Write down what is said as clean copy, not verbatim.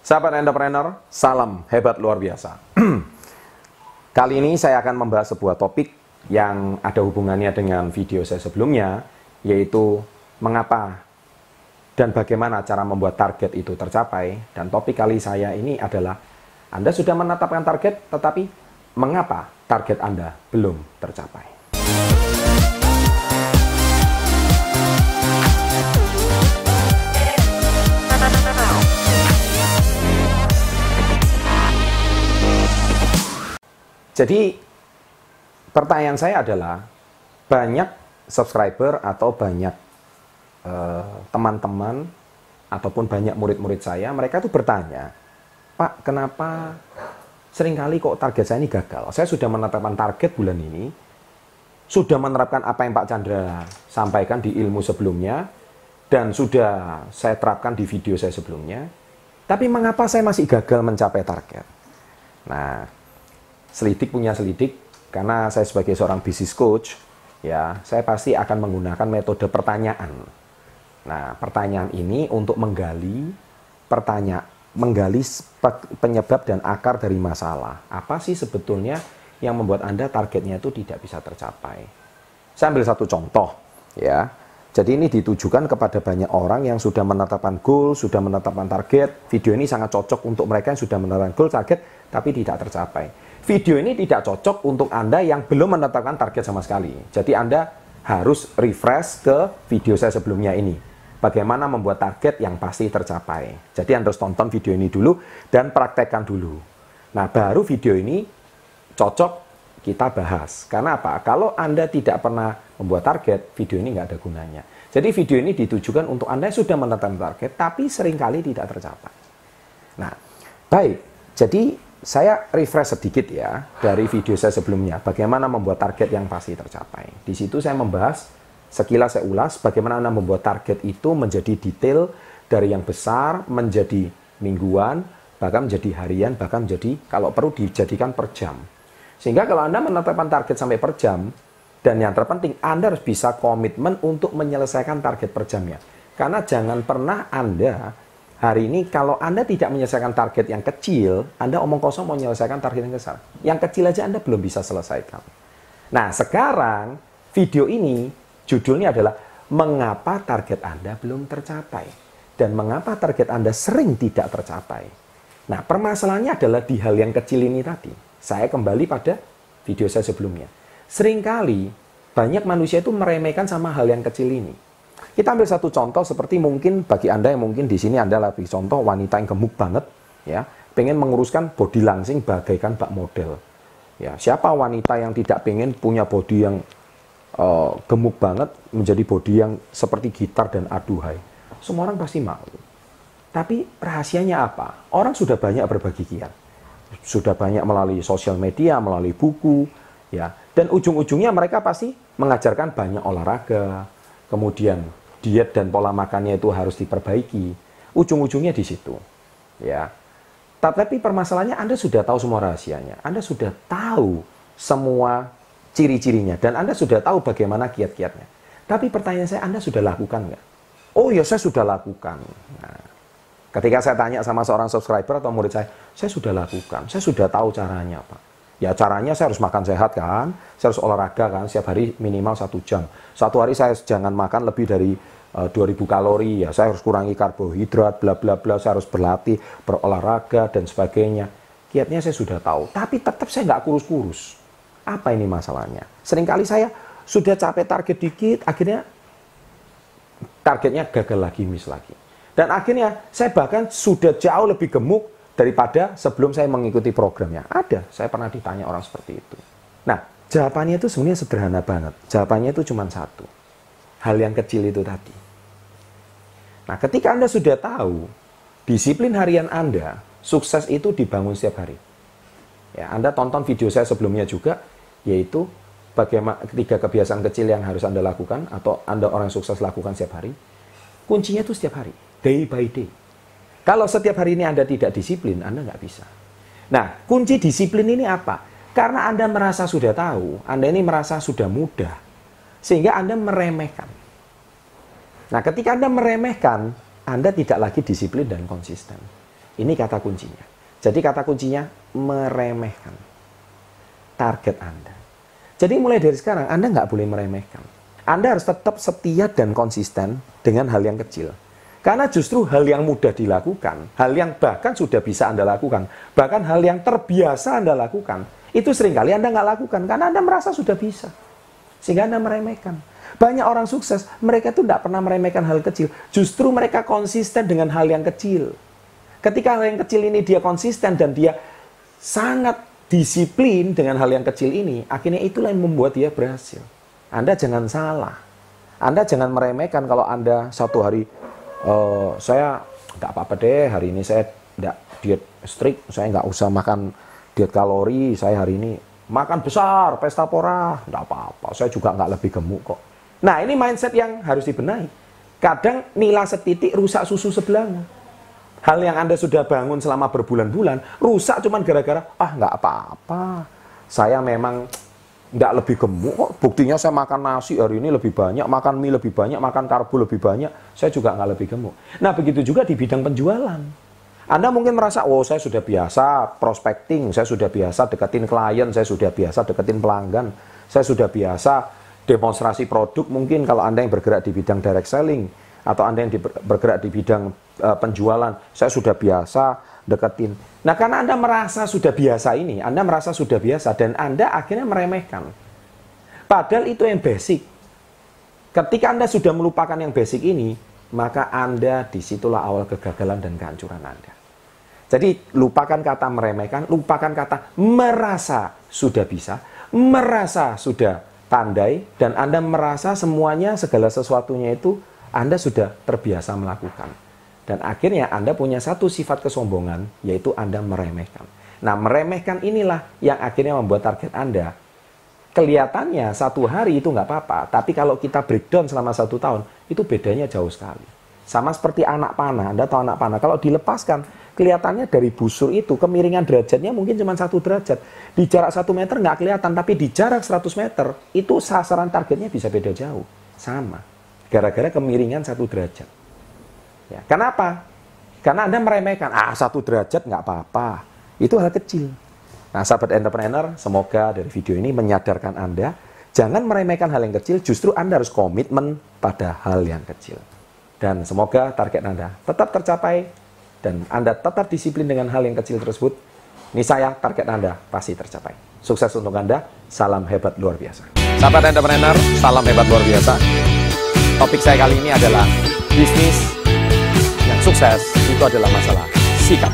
Sahabat entrepreneur, salam hebat luar biasa. Kali ini saya akan membahas sebuah topik yang ada hubungannya dengan video saya sebelumnya, yaitu mengapa dan bagaimana cara membuat target itu tercapai. Dan topik kali saya ini adalah Anda sudah menetapkan target, tetapi mengapa target Anda belum tercapai. Jadi, pertanyaan saya adalah, banyak subscriber atau banyak teman-teman ataupun banyak murid-murid saya, mereka tuh bertanya, Pak, kenapa seringkali kok target saya ini gagal? Saya sudah menetapkan target bulan ini, sudah menerapkan apa yang Pak Chandra sampaikan di ilmu sebelumnya, dan sudah saya terapkan di video saya sebelumnya, tapi mengapa saya masih gagal mencapai target? Nah, selidik punya selidik, karena saya sebagai seorang business coach, ya, saya pasti akan menggunakan metode pertanyaan. Nah, pertanyaan ini untuk menggali penyebab dan akar dari masalah. Apa sih sebetulnya yang membuat Anda targetnya itu tidak bisa tercapai? Saya ambil satu contoh, ya. Jadi ini ditujukan kepada banyak orang yang sudah menetapkan goal, sudah menetapkan target. Video ini sangat cocok untuk mereka yang sudah menetapkan goal, target, tapi tidak tercapai. Video ini tidak cocok untuk Anda yang belum menetapkan target sama sekali. Jadi Anda harus refresh ke video saya sebelumnya ini. Bagaimana membuat target yang pasti tercapai. Jadi Anda harus tonton video ini dulu dan praktekkan dulu. Nah, baru video ini cocok kita bahas. Karena apa? Kalau Anda tidak pernah membuat target, video ini nggak ada gunanya. Jadi video ini ditujukan untuk Anda yang sudah menetapkan target, tapi seringkali tidak tercapai. Nah, baik. Jadi saya refresh sedikit ya dari video saya sebelumnya, bagaimana membuat target yang pasti tercapai. Di situ saya membahas, sekilas saya ulas, bagaimana Anda membuat target itu menjadi detail, dari yang besar menjadi mingguan, bahkan menjadi harian, bahkan menjadi kalau perlu dijadikan per jam. Sehingga kalau Anda menetapkan target sampai per jam, dan yang terpenting Anda harus bisa komitmen untuk menyelesaikan target per jamnya. Karena jangan pernah Anda hari ini, kalau Anda tidak menyelesaikan target yang kecil, Anda omong kosong mau menyelesaikan target yang besar. Yang kecil aja Anda belum bisa selesaikan. Nah, sekarang video ini judulnya adalah mengapa target Anda belum tercapai. Dan mengapa target Anda sering tidak tercapai. Nah, permasalahannya adalah di hal yang kecil ini tadi. Saya kembali pada video saya sebelumnya. Seringkali banyak manusia itu meremehkan sama hal yang kecil ini. Kita ambil satu contoh seperti mungkin bagi Anda yang mungkin di sini Anda lebih contoh wanita yang gemuk banget, ya, pengen menguruskan body langsing bagaikan bak model. Ya, siapa wanita yang tidak pengen punya body yang gemuk banget menjadi body yang seperti gitar dan aduhai? Semua orang pasti mau. Tapi rahasianya apa? Orang sudah banyak berbagi kiat. Sudah banyak melalui sosial media, melalui buku, ya. Dan ujung-ujungnya mereka pasti mengajarkan banyak olahraga, kemudian diet dan pola makannya itu harus diperbaiki. Ujung-ujungnya di situ. Ya. Tapi permasalahannya Anda sudah tahu semua rahasianya. Anda sudah tahu semua ciri-cirinya. Dan Anda sudah tahu bagaimana kiat-kiatnya. Tapi pertanyaan saya, Anda sudah lakukan nggak? Oh ya, saya sudah lakukan. Nah, ketika saya tanya sama seorang subscriber atau murid saya sudah lakukan. Saya sudah tahu caranya, Pak. Ya caranya saya harus makan sehat kan, saya harus olahraga kan, setiap hari minimal 1 jam. Satu hari saya jangan makan lebih dari 2000 kalori, ya saya harus kurangi karbohidrat, bla bla bla, saya harus berlatih, berolahraga dan sebagainya. Kiatnya saya sudah tahu, tapi tetap saya nggak kurus-kurus. Apa ini masalahnya? Seringkali saya sudah capai target dikit, akhirnya targetnya gagal lagi, miss lagi. Dan akhirnya saya bahkan sudah jauh lebih gemuk daripada sebelum saya mengikuti programnya. Ada, saya pernah ditanya orang seperti itu. Nah, jawabannya itu sebenarnya sederhana banget. Jawabannya itu cuma satu. Hal yang kecil itu tadi. Nah, ketika Anda sudah tahu, disiplin harian Anda, sukses itu dibangun setiap hari. Ya, Anda tonton video saya sebelumnya juga, yaitu bagaimana 3 kebiasaan kecil yang harus Anda lakukan, atau Anda orang sukses lakukan setiap hari. Kuncinya itu setiap hari, day by day. Kalau setiap hari ini Anda tidak disiplin, Anda nggak bisa. Nah, kunci disiplin ini apa? Karena Anda merasa sudah tahu, Anda ini merasa sudah mudah, sehingga Anda meremehkan. Nah, ketika Anda meremehkan, Anda tidak lagi disiplin dan konsisten. Ini kata kuncinya. Jadi kata kuncinya meremehkan target Anda. Jadi mulai dari sekarang Anda nggak boleh meremehkan. Anda harus tetap setia dan konsisten dengan hal yang kecil. Karena justru hal yang mudah dilakukan, hal yang bahkan sudah bisa Anda lakukan, bahkan hal yang terbiasa Anda lakukan, itu seringkali Anda nggak lakukan karena Anda merasa sudah bisa. Sehingga Anda meremehkan. Banyak orang sukses, mereka itu tidak pernah meremehkan hal kecil. Justru mereka konsisten dengan hal yang kecil. Ketika hal yang kecil ini dia konsisten dan dia sangat disiplin dengan hal yang kecil ini, akhirnya itulah yang membuat dia berhasil. Anda jangan salah. Anda jangan meremehkan kalau Anda satu hari, saya nggak apa-apa deh, hari ini saya nggak diet strict, saya nggak usah makan diet kalori, saya hari ini makan besar, pesta pora, nggak apa-apa, saya juga nggak lebih gemuk kok. Nah, ini mindset yang harus dibenahi. Kadang nila setitik rusak susu sebelahnya. Hal yang Anda sudah bangun selama berbulan-bulan, rusak cuman gara-gara, nggak apa-apa. Saya memang nggak lebih gemuk kok. Buktinya saya makan nasi hari ini lebih banyak, makan mie lebih banyak, makan karbo lebih banyak. Saya juga nggak lebih gemuk. Nah, begitu juga di bidang penjualan. Anda mungkin merasa, saya sudah biasa prospecting, saya sudah biasa deketin klien, saya sudah biasa deketin pelanggan, saya sudah biasa demonstrasi produk. Mungkin kalau Anda yang bergerak di bidang direct selling, atau Anda yang bergerak di bidang penjualan, saya sudah biasa deketin. Nah, karena Anda merasa sudah biasa ini, Anda merasa sudah biasa, dan Anda akhirnya meremehkan. Padahal itu yang basic. Ketika Anda sudah melupakan yang basic ini, maka Anda disitulah awal kegagalan dan kehancuran Anda. Jadi, lupakan kata meremehkan, lupakan kata merasa sudah bisa, merasa sudah pandai, dan Anda merasa semuanya, segala sesuatunya itu Anda sudah terbiasa melakukan. Dan akhirnya Anda punya satu sifat kesombongan, yaitu Anda meremehkan. Nah, meremehkan inilah yang akhirnya membuat target Anda. Kelihatannya satu hari itu nggak apa-apa, tapi kalau kita breakdown selama 1 tahun, itu bedanya jauh sekali. Sama seperti anak panah, Anda tahu anak panah, kalau dilepaskan, kelihatannya dari busur itu, kemiringan derajatnya mungkin cuma 1 derajat. Di jarak 1 meter nggak kelihatan, tapi di jarak 100 meter, itu sasaran targetnya bisa beda jauh. Sama. Gara-gara kemiringan 1 derajat. Ya, kenapa? Karena Anda meremehkan, 1 derajat nggak apa-apa. Itu hal kecil. Nah, sahabat entrepreneur, semoga dari video ini menyadarkan Anda, jangan meremehkan hal yang kecil, justru Anda harus komitmen pada hal yang kecil. Dan semoga target Anda tetap tercapai, dan Anda tetap disiplin dengan hal yang kecil tersebut. Niscaya target Anda pasti tercapai. Sukses untuk Anda, salam hebat luar biasa. Sahabat entrepreneur, salam hebat luar biasa. Topik saya kali ini adalah bisnis yang sukses itu adalah masalah sikap.